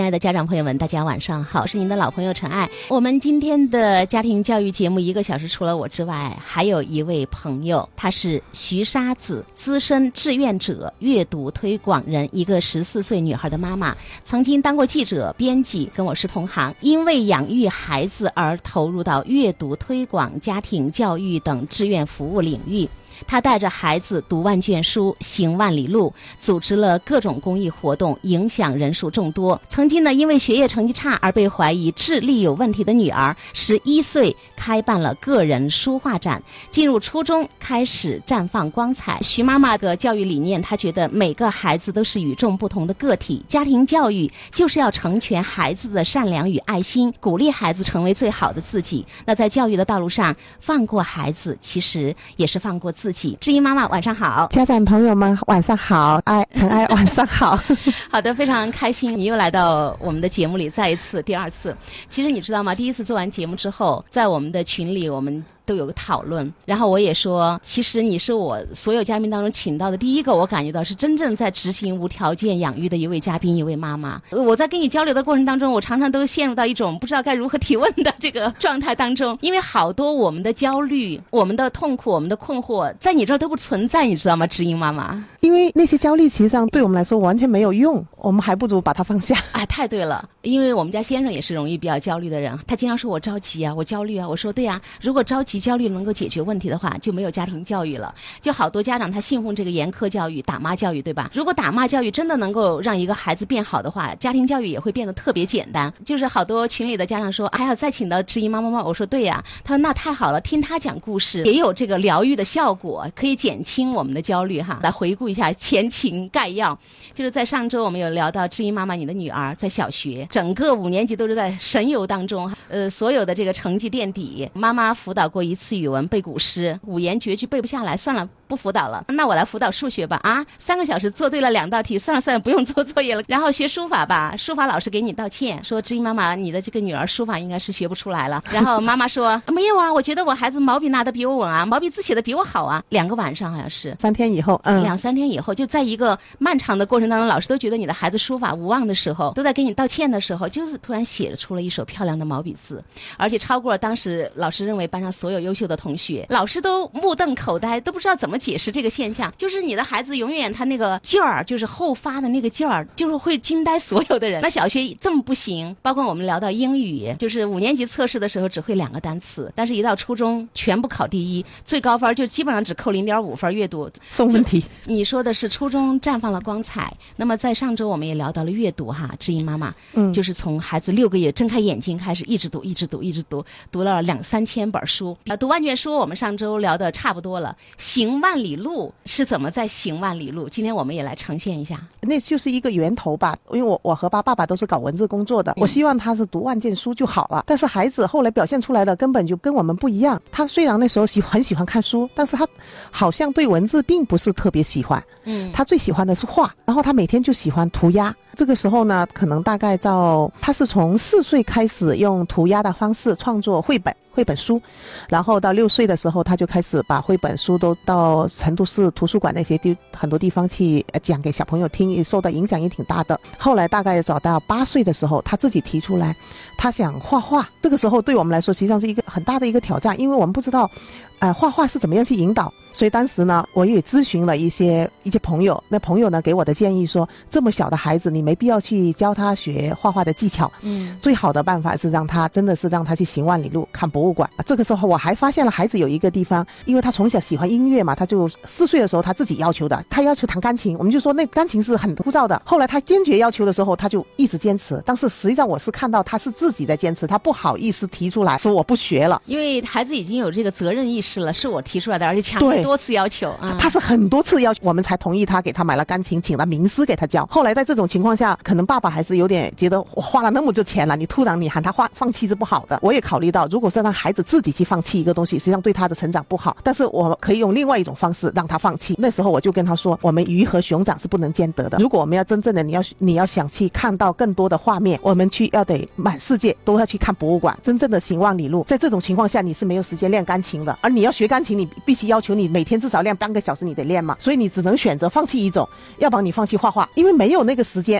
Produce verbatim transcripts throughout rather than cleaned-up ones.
亲爱的家长朋友们，大家晚上好，我是您的老朋友陈爱。我们今天的家庭教育节目一个小时，除了我之外，还有一位朋友，他是徐沙子，资深志愿者、阅读推广人，一个十四岁女孩的妈妈，曾经当过记者、编辑，跟我是同行，因为养育孩子而投入到阅读推广、家庭教育等志愿服务领域。他带着孩子读万卷书，行万里路，组织了各种公益活动，影响人数众多。曾经呢，因为学业成绩差而被怀疑智力有问题的女儿，十一岁开办了个人书画展，进入初中开始绽放光彩。徐妈妈的教育理念，她觉得每个孩子都是与众不同的个体，家庭教育就是要成全孩子的善良与爱心，鼓励孩子成为最好的自己。那在教育的道路上，放过孩子，其实也是放过自己。知音妈妈晚上好， 家长朋友们晚上好，爱陈爱晚上好。 好的，非常开心你又来到我们的节目里，再一次第二次。其实你知道吗，第一次做完节目之后，在我们的群里我们都有个讨论，然后我也说，其实你是我所有嘉宾当中请到的第一个我感觉到是真正在执行无条件养育的一位嘉宾，一位妈妈。我在跟你交流的过程当中，我常常都陷入到一种不知道该如何提问的这个状态当中，因为好多我们的焦虑、我们的痛苦、我们的困惑在你这儿都不存在，你知道吗，知音妈妈？ 因为那些焦虑其实上对我们来说完全没有用，我们还不如把它放下。 哎，太对了，因为我们家先生也是容易比较焦虑的人，他经常说我着急啊，我焦虑啊。我说对啊，如果着急焦虑能够解决问题的话，就没有家庭教育了。就好多家长他信奉这个严苛教育、打骂教育，对吧？如果打骂教育真的能够让一个孩子变好的话，家庭教育也会变得特别简单。就是好多群里的家长说还要再请到知音妈妈吗？我说对呀、啊。他说那太好了，听他讲故事也有这个疗愈的效果，可以减轻我们的焦虑哈。来回顾一下前情概要，就是在上周我们有聊到知音妈妈你的女儿在小学整个五年级都是在神游当中，呃，所有的这个成绩垫底，妈妈辅导过一次语文背古诗，五言绝句背不下来，算了不辅导了，那我来辅导数学吧。啊，三个小时做对了两道题，算了算了不用做作业了。然后学书法吧，书法老师给你道歉，说知音妈妈你的这个女儿书法应该是学不出来了。然后妈妈说没有啊，我觉得我孩子毛笔拿得比我稳啊，毛笔字写得比我好啊。两个晚上好像是三天以后，嗯， 两三天以后，就在一个漫长的过程当中，老师都觉得你的孩子书法无望的时候，都在给你道歉的时候，就是突然写出了一手漂亮的毛笔字，而且超过了当时老师认为班上所有优秀的同学，老师都目瞪口呆，都不知道怎么解释这个现象。就是你的孩子永远他那个劲儿，就是后发的那个劲儿，就是会惊呆所有的人。那小学这么不行，包括我们聊到英语，就是五年级测试的时候只会两个单词，但是一到初中全部考第一，最高分就基本上只扣零点五分阅读送问题。 你说的是初中绽放了光彩，那么在上周我们也聊到了阅读哈，知音妈妈，嗯，就是从孩子六个月睁开眼睛开始，一直读，一直读，一直读，读了两三千本书。呃，读万卷书我们上周聊的差不多了，行万里路是怎么在行万里路？今天我们也来呈现一下。 那就是一个源头吧，因为我我和他爸爸都是搞文字工作的，我希望他是读万卷书就好了。但是孩子后来表现出来的根本就跟我们不一样。他虽然那时候喜很喜欢看书，但是他好像对文字并不是特别喜欢。嗯，他最喜欢的是画，然后他每天就喜欢涂鸦。这个时候呢，可能大概到他是从四岁开始用涂鸦的方式创作绘本。绘本书，然后到六岁的时候，他就开始把绘本书都到成都市图书馆那些地很多地方去讲给小朋友听，也受到影响也挺大的。后来大概找到八岁的时候，他自己提出来，他想画画。这个时候对我们来说，实际上是一个很大的一个挑战，因为我们不知道，呃，画画是怎么样去引导。所以当时呢，我也咨询了一些一些朋友，那朋友呢给我的建议说，这么小的孩子，你没必要去教他学画画的技巧，嗯，最好的办法是让他真的是让他去行万里路，看博物馆。这个时候我还发现了孩子有一个地方，因为他从小喜欢音乐嘛，他就四岁的时候他自己要求的，他要求弹钢琴，我们就说那钢琴是很枯燥的。后来他坚决要求的时候，他就一直坚持，但是实际上我是看到他是自己在坚持，他不好意思提出来说我不学了， 因为孩子已经有这个责任意识了，是我提出来的，而且强烈多次要求。嗯、 他是很多次要求我们才同意他，给他买了钢琴，请了名师给他教。后来在这种情况下，可能爸爸还是有点觉得我花了那么多钱了，你突然你喊他放放弃是不好的。我也考虑到，如果是让孩子自己去放弃一个东西，实际上对他的成长不好，但是我可以用另外一种方式让他放弃。那时候我就跟他说，我们鱼和熊掌是不能兼得的，如果我们要真正的你要你要想去看到更多的画面，我们去要得满世界都要去看博物馆，真正的行万里路。在这种情况下，你是没有时间练钢琴的，而你要学钢琴，你必须要求你每天至少练半个小时，你得练嘛，所以你只能选择放弃一种，要不然你放弃画画，因为没有那个时间。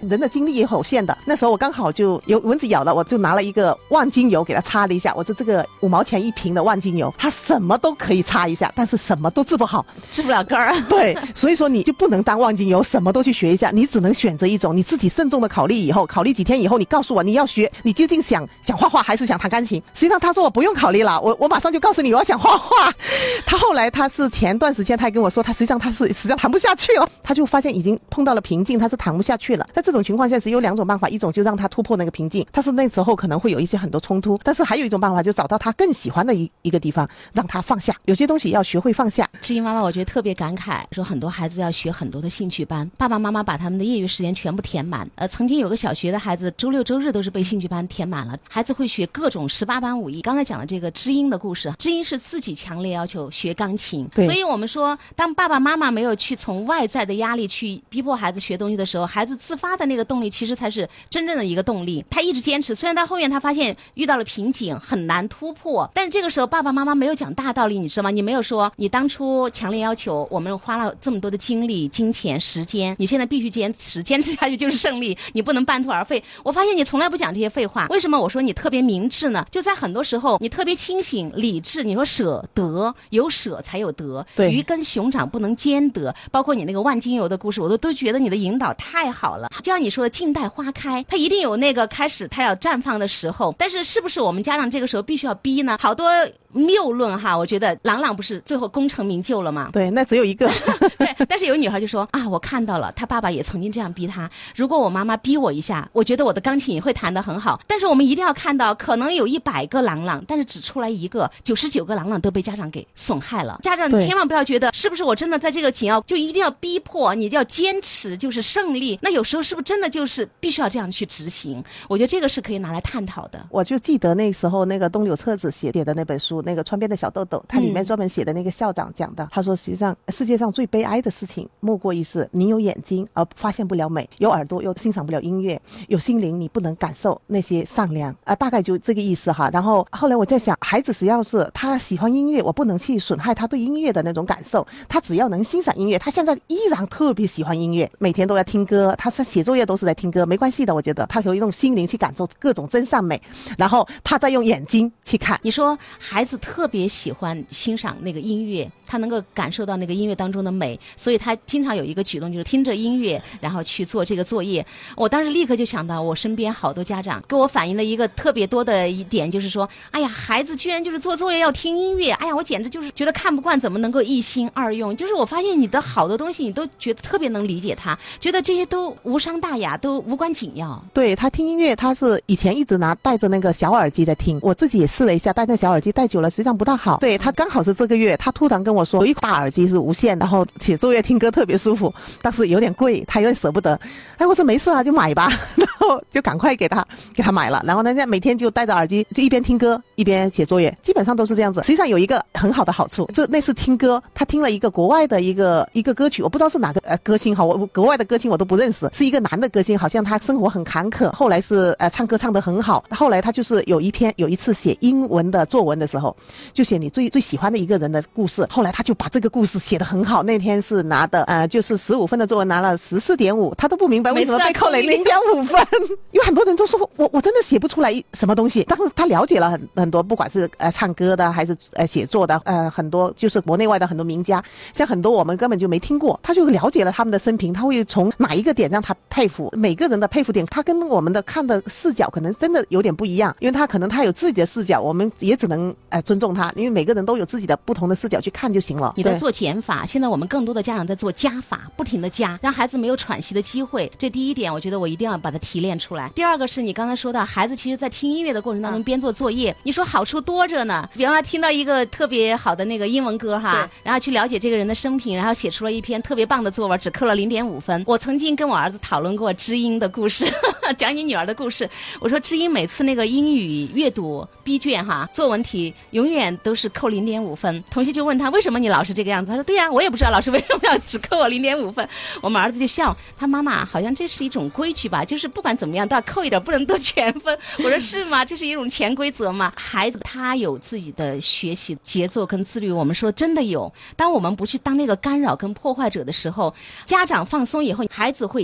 人的精力也有限的。那时候我刚好就有蚊子咬了，我就拿了一个万金油给它擦了一下，我就这个五毛钱一瓶的万金油，它什么都可以擦一下，但是什么都治不好， 治不了根儿。 对，所以说你就不能当万金油什么都去学一下，你只能选择一种，你自己慎重的考虑以后，考虑几天以后，你告诉我你要学，你究竟想想画画还是想弹钢琴？实际上他说我不用考虑了，我我马上就告诉你我要想画画。他后来他是前段时间他还跟我说，他实际上他是实际上弹不下去了，他就发现已经碰到了瓶颈，他是弹不下去了。在这种情况下只有两种办法，一种就让他突破那个瓶颈，但是那时候可能会有一些很多冲突，但是还有一种办法就找到他更喜欢的一一个地方，让他放下，有些东西要学会放下。 知音妈妈我觉得特别感慨，说很多孩子要学很多的兴趣班，爸爸妈妈把他们的业余时间全部填满。呃，曾经有个小学的孩子周六周日都是被兴趣班填满了，孩子会学各种十八般武艺。刚才讲的这个知音的故事，知音是自己强烈要求学钢琴，所以我们说当爸爸妈妈没有去从外在的压力去逼迫孩子学东西的时候，孩子自发的那个动力其实才是真正的一个动力。他一直坚持，虽然到后面他发现遇到了瓶颈很难突破，但是这个时候爸爸妈妈没有讲大道理，你知道吗？你没有说你当初强烈要求我们花了这么多的精力金钱时间，你现在必须坚持，坚持下去就是胜利，你不能半途而废。我发现你从来不讲这些废话，为什么我说你特别明智呢？就在很多时候你特别清醒理智，你说舍得，有舍才有得，鱼跟熊掌不能兼得。包括你那个万金油的故事，我都都觉得你的引导太好了。就像你说的静待花开，它一定有那个开始它要绽放的时候，但是是不是我们家长这个时候必须要逼呢？好多谬论哈，我觉得朗朗不是最后功成名就了吗？ 对，那只有一个对，但是有女孩就说啊，我看到了，她爸爸也曾经这样逼她，如果我妈妈逼我一下，我觉得我的钢琴也会弹得很好。但是我们一定要看到，可能有一百个朗朗，但是只出来一个，九十九个朗朗都被家长给损害了。家长千万不要觉得是不是我真的在这个紧要就一定要逼迫你，要坚持就是胜利，那有时候是不是真的就是必须要这样去执行？我觉得这个是可以拿来探讨的。 我就记得那时候那个东柳彻子写的那本书，那个川边的小豆豆，他里面专门写的那个校长讲的，嗯、他说实际上世界上最悲哀的事情莫过于是你有眼睛而发现不了美，有耳朵又欣赏不了音乐，有心灵你不能感受那些善良啊，大概就这个意思哈。然后后来我在想，孩子只要是他喜欢音乐，我不能去损害他对音乐的那种感受，他只要能欣赏音乐，他现在依然特别喜欢音乐，每天都要听歌，他写作业都是在听歌，没关系的，我觉得他可以用心灵去感受各种真善美，然后他再用眼睛去看。 你说孩子特别喜欢欣赏那个音乐，他能够感受到那个音乐当中的美，所以他经常有一个举动就是听着音乐然后去做这个作业。我当时立刻就想到我身边好多家长给我反映了一个特别多的一点，就是说哎呀，孩子居然就是做作业要听音乐，哎呀，我简直就是觉得看不惯，怎么能够一心二用。就是我发现你的好多东西你都觉得特别能理解他，觉得这些都无伤大雅，都无关紧要。 对，他听音乐他是以前一直拿戴着那个小耳机在听，我自己也试了一下，戴那小耳机戴久了实际上不大好。对，他刚好是这个月他突然跟我说有一大耳机是无线，然后写作业听歌特别舒服，但是有点贵，他有点舍不得。哎，我说没事啊，就买吧，然后就赶快给他给他买了。然后人家每天就戴着耳机，就一边听歌一边写作业，基本上都是这样子。实际上有一个很好的好处，这那次听歌，他听了一个国外的一个一个歌曲，我不知道是哪个呃歌星哈，我国外的歌星我都不认识，是一个男的歌星，好像他生活很坎坷，后来是呃唱歌唱得很好。后来他就是有一篇有一次写英文的作文的时候，就写你最最喜欢的一个人的故事，后来他就把这个故事写得很好。那天是拿的呃就是十五分的作文拿了十四点五，他都不明白为什么被扣了零点五分。有很多人都说我我真的写不出来什么东西，但是他了解了很很多，不管是呃唱歌的还是呃写作的，呃很多就是国内外的很多名家，像很多我们根本就没听过，他就了解了他们的生平，他会从哪一个点让他佩服。每个人的佩服点他跟我们的看的视角可能真的有点不一样，因为他可能他有自己的视角，我们也只能呃尊重他，因为每个人都有自己的不同的视角去看就行了。 你在做减法，现在我们更多的家长在做加法，不停的加，让孩子没有喘息的机会。这第一点我觉得我一定要把它提炼出来。第二个是你刚才说到孩子其实在听音乐的过程当中边做作业，你说好处多着呢，比方说听到一个特别好的那个英文歌哈，然后去了解这个人的生平，然后写出了一篇特别棒的作文，只扣了零点五分。我曾经跟我儿子讨论过知音的故事讲你女儿的故事，我说知音每次那个英语阅读逼卷哈作文题永远都是扣零点五分，同学就问他为什么你老是这个样子，他说对呀、啊，我也不知道老师为什么要只扣我零点五分。我们儿子就笑，他妈妈好像这是一种规矩吧，就是不管怎么样都要扣一点，不能都全分。我说是吗？这是一种潜规则吗？孩子他有自己的学习节奏跟自律，我们说真的有，当我们不去当那个干扰跟破坏者的时候，家长放松以后，孩子会欣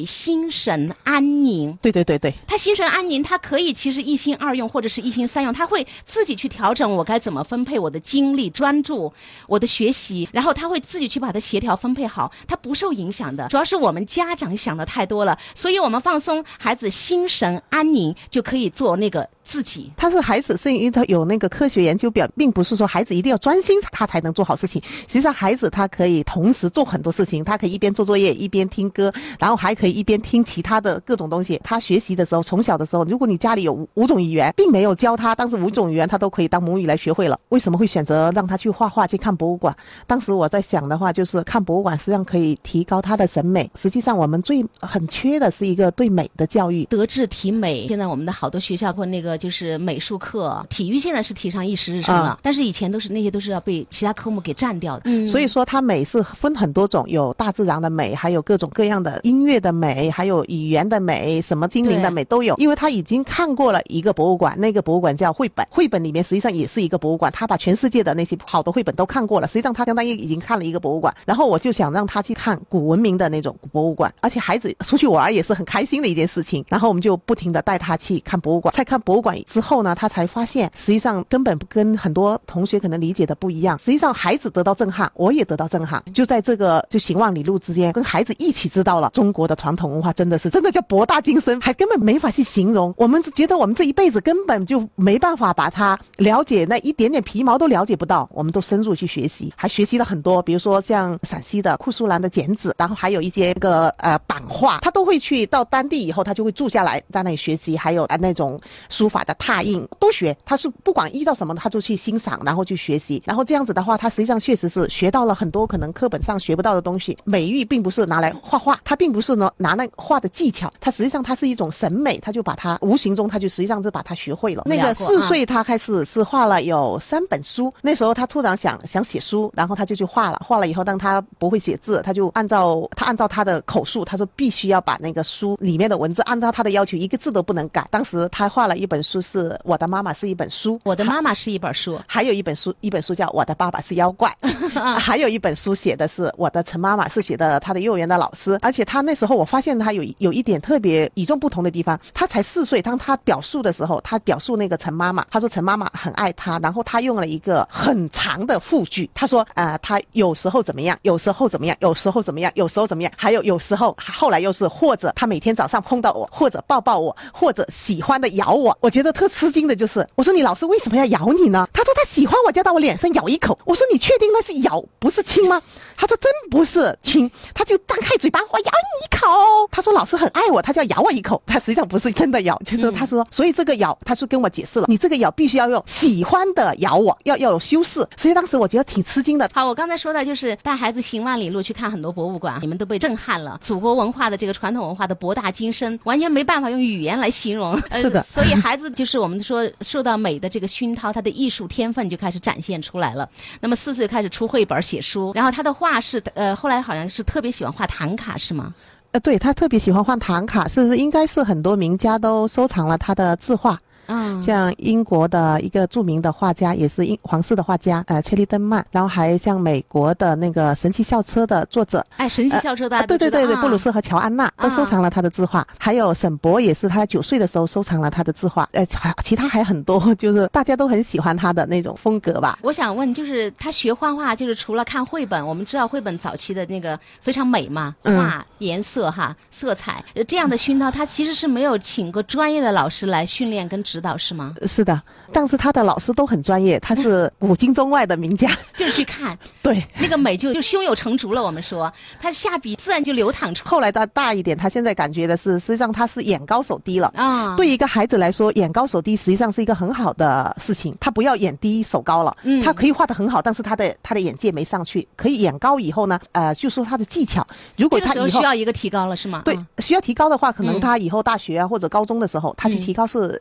心神安宁。 对对对对， 他心神安宁，他可以其实一心二用或者是一心三用，他会自己去调整我该怎么分配我的精力、专注我的学习，然后他会自己去把它协调分配好，他不受影响的。主要是我们家长想的太多了，所以我们放松孩子心神安宁，就可以做那个自己。 他是孩子是因为他有那个科学研究表，并不是说孩子一定要专心他才能做好事情。实际上孩子他可以同时做很多事情，他可以一边做作业一边听歌，然后还可以一边听其他的各种东西。他学习的时候，从小的时候，如果你家里有五五种语言，并没有教他，但是五种语言他都可以当母语来学会了。为什么会选择让他去画画去看博物馆？当时我在想的话，就是看博物馆实际上可以提高他的审美。实际上我们最很缺的是一个对美的教育， 德智体美。现在我们的好多学校或那个就是美术课，体育现在是提上议时日升了、嗯、但是以前都是那些都是要被其他科目给占掉的。嗯， 所以说它美是分很多种，有大自然的美，还有各种各样的音乐的美，还有语言的美，什么精灵的美都有。因为他已经看过了一个博物馆，那个博物馆叫绘本，绘本里面实际上也是一个博物馆，他把全世界的那些好的绘本都看过了，实际上他相当于已经看了一个博物馆。然后我就想让他去看古文明的那种博物馆，而且孩子出去玩也是很开心的一件事情。然后我们就不停的带他去看博物馆，在看博物馆之后呢，他才发现实际上根本跟很多同学可能理解的不一样。实际上孩子得到震撼，我也得到震撼，就在这个就行万里路之间，跟孩子一起知道了中国的传统文化真的是真的叫博大精深，还根本没法去形容。我们觉得我们这一辈子根本就没办法把它了解，那一点点皮毛都了解不到，我们都深入去学习，还学习了很多，比如说像陕西的库苏兰的剪纸，然后还有一些个呃版画，他都会去到当地以后，他就会住下来在那里学习，还有那种书法的拓印都学。他是不管遇到什么他就去欣赏，然后去学习，然后这样子的话，他实际上确实是学到了很多可能课本上学不到的东西。美育并不是拿来画画，他并不是呢拿那画的技巧，他实际上他是一种审美，他就把它无形中他就实际上是把它学会了。那个四岁他开始是画了有三本书，那时候他突然想想写书，然后他就去画了，画了以后当他不会写字，他就按照他按照他的口述，他说必须要把那个书里面的文字按照他的要求一个字都不能改。当时他画了一本书是我的妈妈是一本书， 我的妈妈是一本书， 还有一本书一本书叫我的爸爸是妖怪还有一本书写的是我的陈妈妈，是写的他的幼儿园的老师。而且他那时候我发现他有有一点特别与众不同的地方，他才四岁，当他表述的时候，他表述那个陈妈妈，他说陈妈妈很爱他，然后他用了一个很长的复句，他说呃，他有时候怎么样，有时候怎么样，有时候怎么样，有时候怎么样，还有有时候后来又是或者他每天早上碰到我，或者抱抱我，或者喜欢的咬我。我觉得特吃惊的就是我说你老师为什么要咬你呢？他说他喜欢我就到我脸上咬一口。我说你确定那是咬不是亲吗？他说真不是亲，他就张开嘴巴我咬你一口。他说老师很爱我，他就要咬我一口，他实际上不是真的咬，就是他说、嗯、所以这个咬他是跟我解释了，你这个咬必须要用喜欢的咬我，要要有修饰。所以当时我觉得挺吃惊的。 好，我刚才说的就是带孩子行万里路去看很多博物馆，你们都被震撼了，祖国文化的这个传统文化的博大精深完全没办法用语言来形容。 是的、呃、 所以孩子就是我们说受到美的这个熏陶，他的艺术天分就开始展现出来了。那么四岁开始出绘本写书，然后他的画是呃后来好像是特别喜欢画唐卡是吗？ 呃，对，他特别喜欢画唐卡，是应该是很多名家都收藏了他的字画。嗯，像英国的一个著名的画家，也是英皇室的画家，呃，切利登曼，然后还像美国的那个神奇校车的作者， 哎，神奇校车大家都知道、呃、对对对对， 啊、 布鲁斯和乔安娜都收藏了他的字画，啊、还有沈博也是他九岁的时候收藏了他的字画，呃，其他还很多，就是大家都很喜欢他的那种风格吧。 我想问，就是他学画画，就是除了看绘本，我们知道绘本早期的那个非常美嘛，画、嗯、颜色哈、色彩这样的熏陶，他其实是没有请过专业的老师来训练跟指导是吗？ 是的，但是他的老师都很专业，他是古今中外的名家就是去看对那个美就就胸有成竹了。我们说他下笔自然就流淌出。 后来他大一点，他现在感觉的是实际上他是眼高手低了啊。对一个孩子来说，眼高手低实际上是一个很好的事情，他不要眼低手高了，嗯，他可以画得很好，但是他的他的眼界没上去，可以眼高以后呢呃，就说他的技巧，如果他以后、 这个、时候需要一个提高了是吗？ 对、嗯、需要提高的话，可能他以后大学啊、嗯、或者高中的时候他去提高是、嗯、是有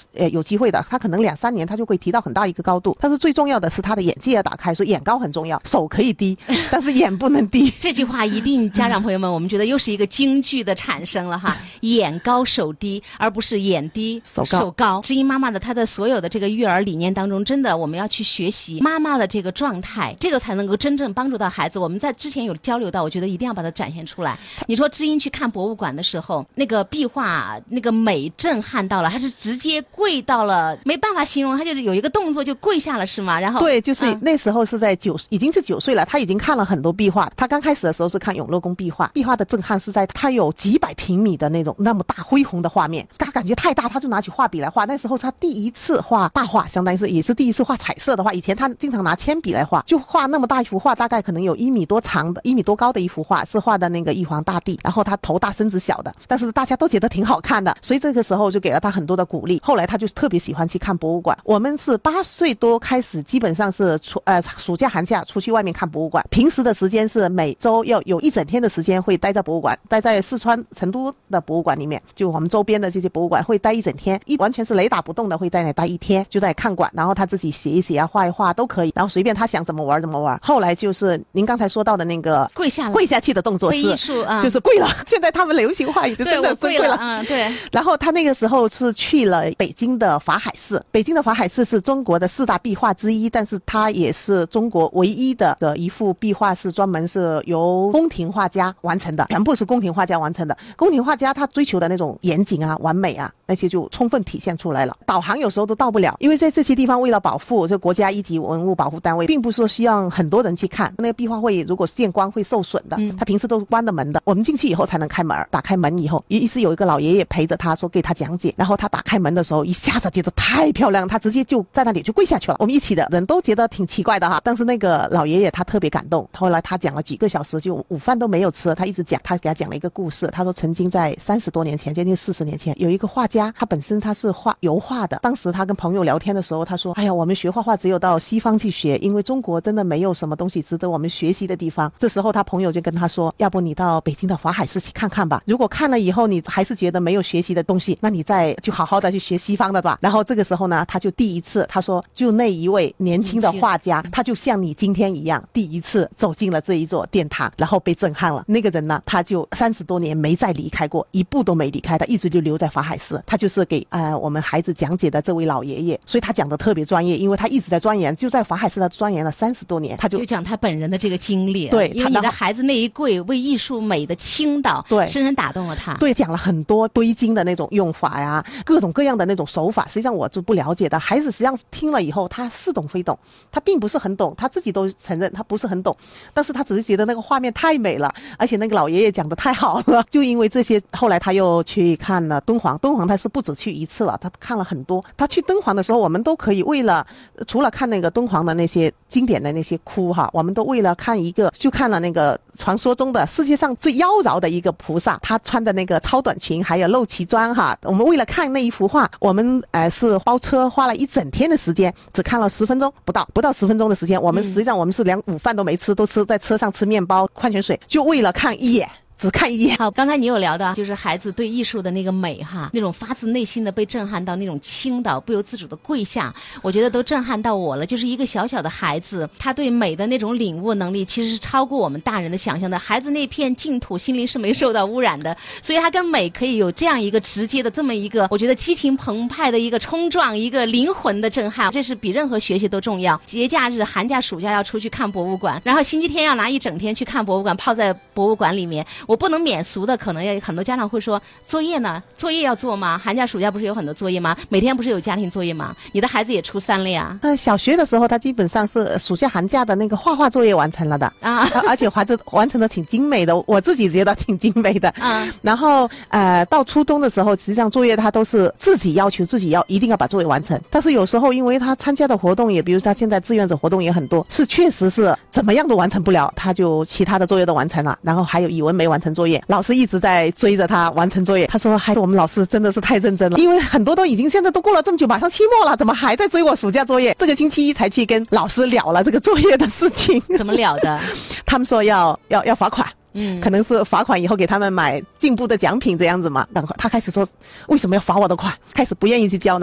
呃有机会的，他可能两三年他就会提到很大一个高度。但是最重要的是他的眼界要打开，所以眼高很重要，手可以低，但是眼不能低。 这句话一定家长朋友们，我们觉得又是一个京剧的产生了哈，眼高手低，而不是眼低手高。手高。知音妈妈的她的所有的这个育儿理念当中，真的我们要去学习妈妈的这个状态，这个才能够真正帮助到孩子。我们在之前有交流到，我觉得一定要把它展现出来。你说知音去看博物馆的时候，那个壁画那个美震撼到了，他是直接跪到了，没办法形容，他就是有一个动作就跪下了是吗？然后对，就是嗯、 那时候是在九，已经是九岁了，他已经看了很多壁画。他刚开始的时候是看永乐宫壁画，壁画的震撼是在他有几百平米的那种那么大恢宏的画面，他感觉太大，他就拿起画笔来画。那时候他第一次画大画，相当于是也是第一次画彩色的画。以前他经常拿铅笔来画，就画那么大一幅画，大概可能有一米多长的、一米多高的一幅画，是画的那个玉皇大帝，然后他头大身子小的，但是大家都觉得挺好看的，所以这个时候就给了他很多的鼓励。后来他就特别喜欢去看博物馆。我们是八岁多开始，基本上是出呃暑假寒假出去外面看博物馆，平时的时间是每周要有一整天的时间会待在博物馆，待在四川成都的博物馆里面，就我们周边的这些博物馆会待一整天，一完全是雷打不动的会在那待一天，就在看馆，然后他自己写一写啊，画一画都可以，然后随便他想怎么玩怎么玩。后来就是您刚才说到的那个跪下了跪下去的动作是艺术、嗯、 就是跪了。现在他们流行话语就真的跪了，嗯，对。 然后他那个时候是去了北京的法海寺，北京的法海寺是中国的四大壁画之一，但是它也是中国唯一的一幅壁画是专门是由宫廷画家完成的，全部是宫廷画家完成的。宫廷画家他追求的那种严谨啊、完美啊，那些就充分体现出来了。导航有时候都到不了，因为在这些地方为了保护这国家一级文物保护单位，并不是说需要很多人去看，那个壁画会如果见光会受损的， 嗯， 他平时都是关的门的，我们进去以后才能开门。打开门以后，一直有一个老爷爷陪着他，说给他讲解。然后他打开门的时候，一下子觉得太漂亮，他直接就在那里就跪下去了。我们一起的人都觉得挺奇怪的哈，但是那个老爷爷他特别感动。后来他讲了几个小时，就午饭都没有吃，他一直讲，他给他讲了一个故事。他说曾经在三十多年前，接近四十年前，有一个画家，他本身他是画油画的。当时他跟朋友聊天的时候，他说：“哎呀，我们学画画只有到西方去学，因为中国真的没有什么东西值得我们学习的地方。”这时候他朋友就跟他说：“要不你到北京的法海寺去看看吧，如果看了以后你还是觉得没有学习的东西，那你再就好好的去学西方的吧。”然后这个时候呢，他就第一次，他说就那一位年轻的画家，他就像你今天一样，第一次走进了这一座殿堂，然后被震撼了。那个人呢，他就三十多年没再离开过，一步都没离开，他一直就留在法海寺。他就是给呃我们孩子讲解的这位老爷爷，所以他讲的特别专业，因为他一直在钻研，就在法海寺他钻研了三十多年，他就就讲他本人的这个经历。 对， 因为你的孩子那一跪为艺术美的倾倒， 对， 深深打动了他。 对，讲了很多堆金的那种用法呀，各种各样的那种手法，实际上我就不了解的。孩子实际上听了以后，他似懂非懂，他并不是很懂，他自己都承认他不是很懂，但是他只是觉得那个画面太美了，而且那个老爷爷讲的太好了。就因为这些，后来他又去看了敦煌，敦煌他是不止去一次了，他看了很多。他去敦煌的时候，我们都可以为了除了看那个敦煌的那些经典的那些窟哈，我们都为了看一个，就看了那个传说中的世界上最妖娆的一个菩萨，他穿的那个超短裙还有露脐装哈。我们为了看那一幅画，我们呃是包车花了一整天的时间，只看了十分钟不到不到十分钟的时间。我们实际上我们是连午饭都没吃，都吃在车上吃面包矿泉水，就为了看一眼，只看一眼。 好，刚才你有聊到就是孩子对艺术的那个美哈，那种发自内心的被震撼到，那种倾倒不由自主的跪下，我觉得都震撼到我了。就是一个小小的孩子，他对美的那种领悟能力其实是超过我们大人的想象的。孩子那片净土心灵是没受到污染的，所以他跟美可以有这样一个直接的这么一个我觉得激情澎湃的一个冲撞，一个灵魂的震撼，这是比任何学习都重要。节假日寒假暑假要出去看博物馆，然后星期天要拿一整天去看博物馆，泡在博物馆里面，我不能免俗的，可能也很多家长会说，作业呢？作业要做吗？寒假暑假不是有很多作业吗？每天不是有家庭作业吗？你的孩子也初三了呀。 呃，小学的时候他基本上是暑假寒假的那个画画作业完成了的啊，而且孩子完成的挺精美的，我自己觉得挺精美的啊。然后呃，到初中的时候，实际上作业他都是自己要求自己要一定要把作业完成，但是有时候因为他参加的活动也，比如他现在志愿者活动也很多，是确实是怎么样都完成不了，他就其他的作业都完成了，然后还有语文没完成作业，老师一直在追着他完成作业。他说孩子，我们老师真的是太认真了，因为很多都已经现在都过了这么久，马上期末了，怎么还在追我暑假作业？这个星期一才去跟老师聊了这个作业的事情。 怎么聊的？ 他们说要要要罚款。 嗯， 可能是罚款以后给他们买进步的奖品这样子嘛。然后他开始说为什么要罚我的款，开始不愿意去交，然后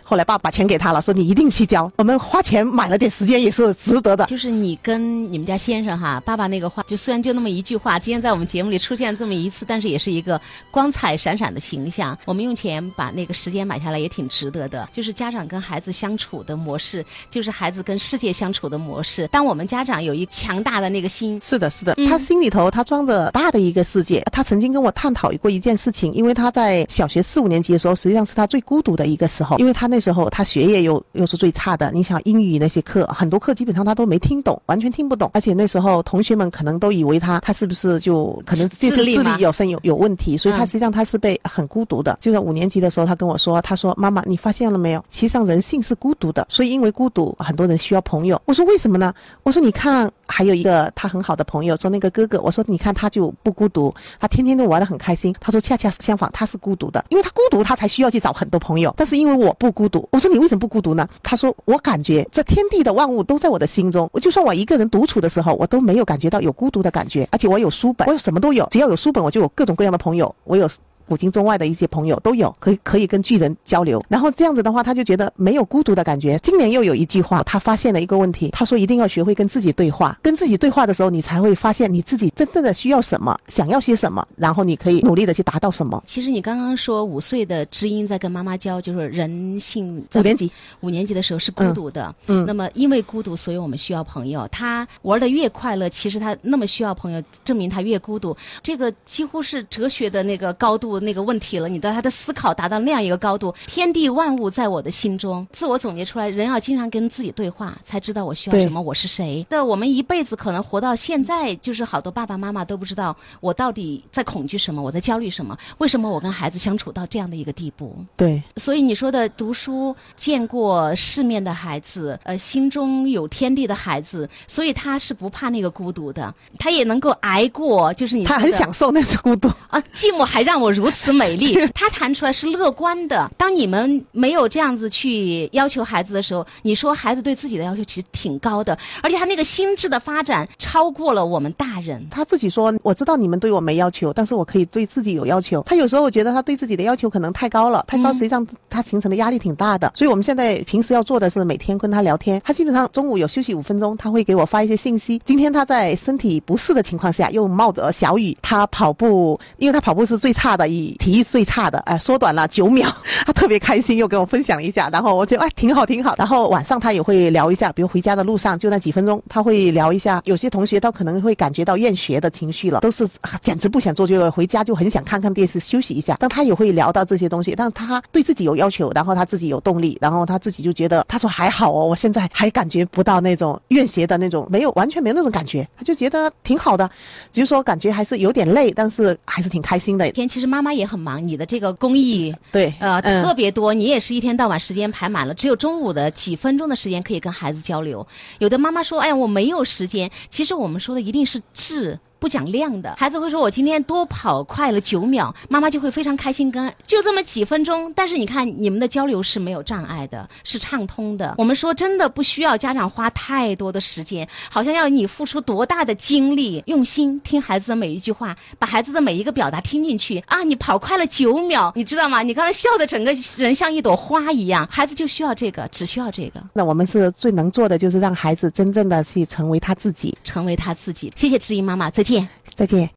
后来爸爸把钱给他了，说你一定去教，我们花钱买了点时间也是值得的。 就是你跟你们家先生哈，爸爸那个话，就虽然就那么一句话，今天在我们节目里出现这么一次，但是也是一个光彩闪闪的形象。我们用钱把那个时间买下来也挺值得的。就是家长跟孩子相处的模式，就是孩子跟世界相处的模式。当我们家长有一强大的那个心， 是的，是的， 嗯、 他心里头他装着大的一个世界。他曾经跟我探讨过一件事情，因为他在小学四五年级的时候，实际上是他最孤独的一个时候，因为他那时候他学业又又是最差的。你想英语那些课，很多课基本上他都没听懂，完全听不懂，而且那时候同学们可能都以为他他是不是就可能这是智力有生有有问题，所以他实际上他是被很孤独的。嗯、就在五年级的时候，他跟我说，他说妈妈，你发现了没有？其实上人性是孤独的，所以因为孤独，很多人需要朋友。我说为什么呢？我说你看，还有一个他很好的朋友，说那个哥哥，我说你看他就不孤独，他天天都玩得很开心。他说恰恰相反，他是孤独的，因为他孤独，他才需要去找很多朋友。但是因为我不孤独，我说你为什么不孤独呢？他说我感觉这天地的万物都在我的心中，我就算我一个人独处的时候，我都没有感觉到有孤独的感觉，而且我有书本，我有什么都有，只要有书本，我就有各种各样的朋友，我有古今中外的一些朋友都有，可以可以跟巨人交流。然后这样子的话，他就觉得没有孤独的感觉。今年又有一句话，他发现了一个问题，他说一定要学会跟自己对话，跟自己对话的时候，你才会发现你自己真正的需要什么，想要些什么，然后你可以努力的去达到什么。 其实你刚刚说五岁的知音在跟妈妈教，就是人性五年级五年级的时候是孤独的，嗯，那么因为孤独，所以我们需要朋友。他玩得越快乐，其实他那么需要朋友，证明他越孤独。这个几乎是哲学的那个高度那个问题了，你的他的思考达到那样一个高度，天地万物在我的心中，自我总结出来，人要经常跟自己对话，才知道我需要什么，我是谁。那我们一辈子可能活到现在，就是好多爸爸妈妈都不知道我到底在恐惧什么，我在焦虑什么，为什么我跟孩子相处到这样的一个地步。 对， 所以你说的读书见过世面的孩子，呃，心中有天地的孩子，所以他是不怕那个孤独的，他也能够挨过，就是你说的他很享受那种孤独啊，寂寞还让我如此美丽。他谈出来是乐观的。当你们没有这样子去要求孩子的时候，你说孩子对自己的要求其实挺高的，而且他那个心智的发展超过了我们大人。 他自己说，我知道你们对我没要求，但是我可以对自己有要求。他有时候我觉得他对自己的要求可能太高了，太高实际上他形成的压力挺大的。嗯、所以我们现在平时要做的是每天跟他聊天，他基本上中午有休息五分钟，他会给我发一些信息。今天他在身体不适的情况下，又冒着小雨，他跑步，因为他跑步是最差的，以体育最差的，哎，缩短了九秒，他特别开心，又跟我分享一下，然后我就哎挺好挺好。然后晚上他也会聊一下，比如回家的路上就那几分钟，他会聊一下。有些同学他可能会感觉到厌学的情绪了，都是、啊、简直不想做作业，回家就很想看看电视休息一下。但他也会聊到这些东西，但他对自己有要求，然后他自己有动力，然后他自己就觉得，他说还好哦，我现在还感觉不到那种厌学的那种，没有完全没有那种感觉，他就觉得挺好的，只是说感觉还是有点累，但是还是挺开心的。 天其实妈妈也很忙，你的这个公益对呃、 嗯、 特别多，你也是一天到晚时间排满了，只有中午的几分钟的时间可以跟孩子交流。有的妈妈说，哎呀我没有时间，其实我们说的一定是质不讲量的。孩子会说我今天多跑快了九秒，妈妈就会非常开心，跟就这么几分钟，但是你看你们的交流是没有障碍的，是畅通的。我们说真的不需要家长花太多的时间，好像要你付出多大的精力，用心听孩子的每一句话，把孩子的每一个表达听进去啊。你跑快了九秒，你知道吗？你刚才笑的整个人像一朵花一样，孩子就需要这个，只需要这个。 那我们是最能做的，就是让孩子真正的去成为他自己， 成为他自己。谢谢知音妈妈，再见。 再见。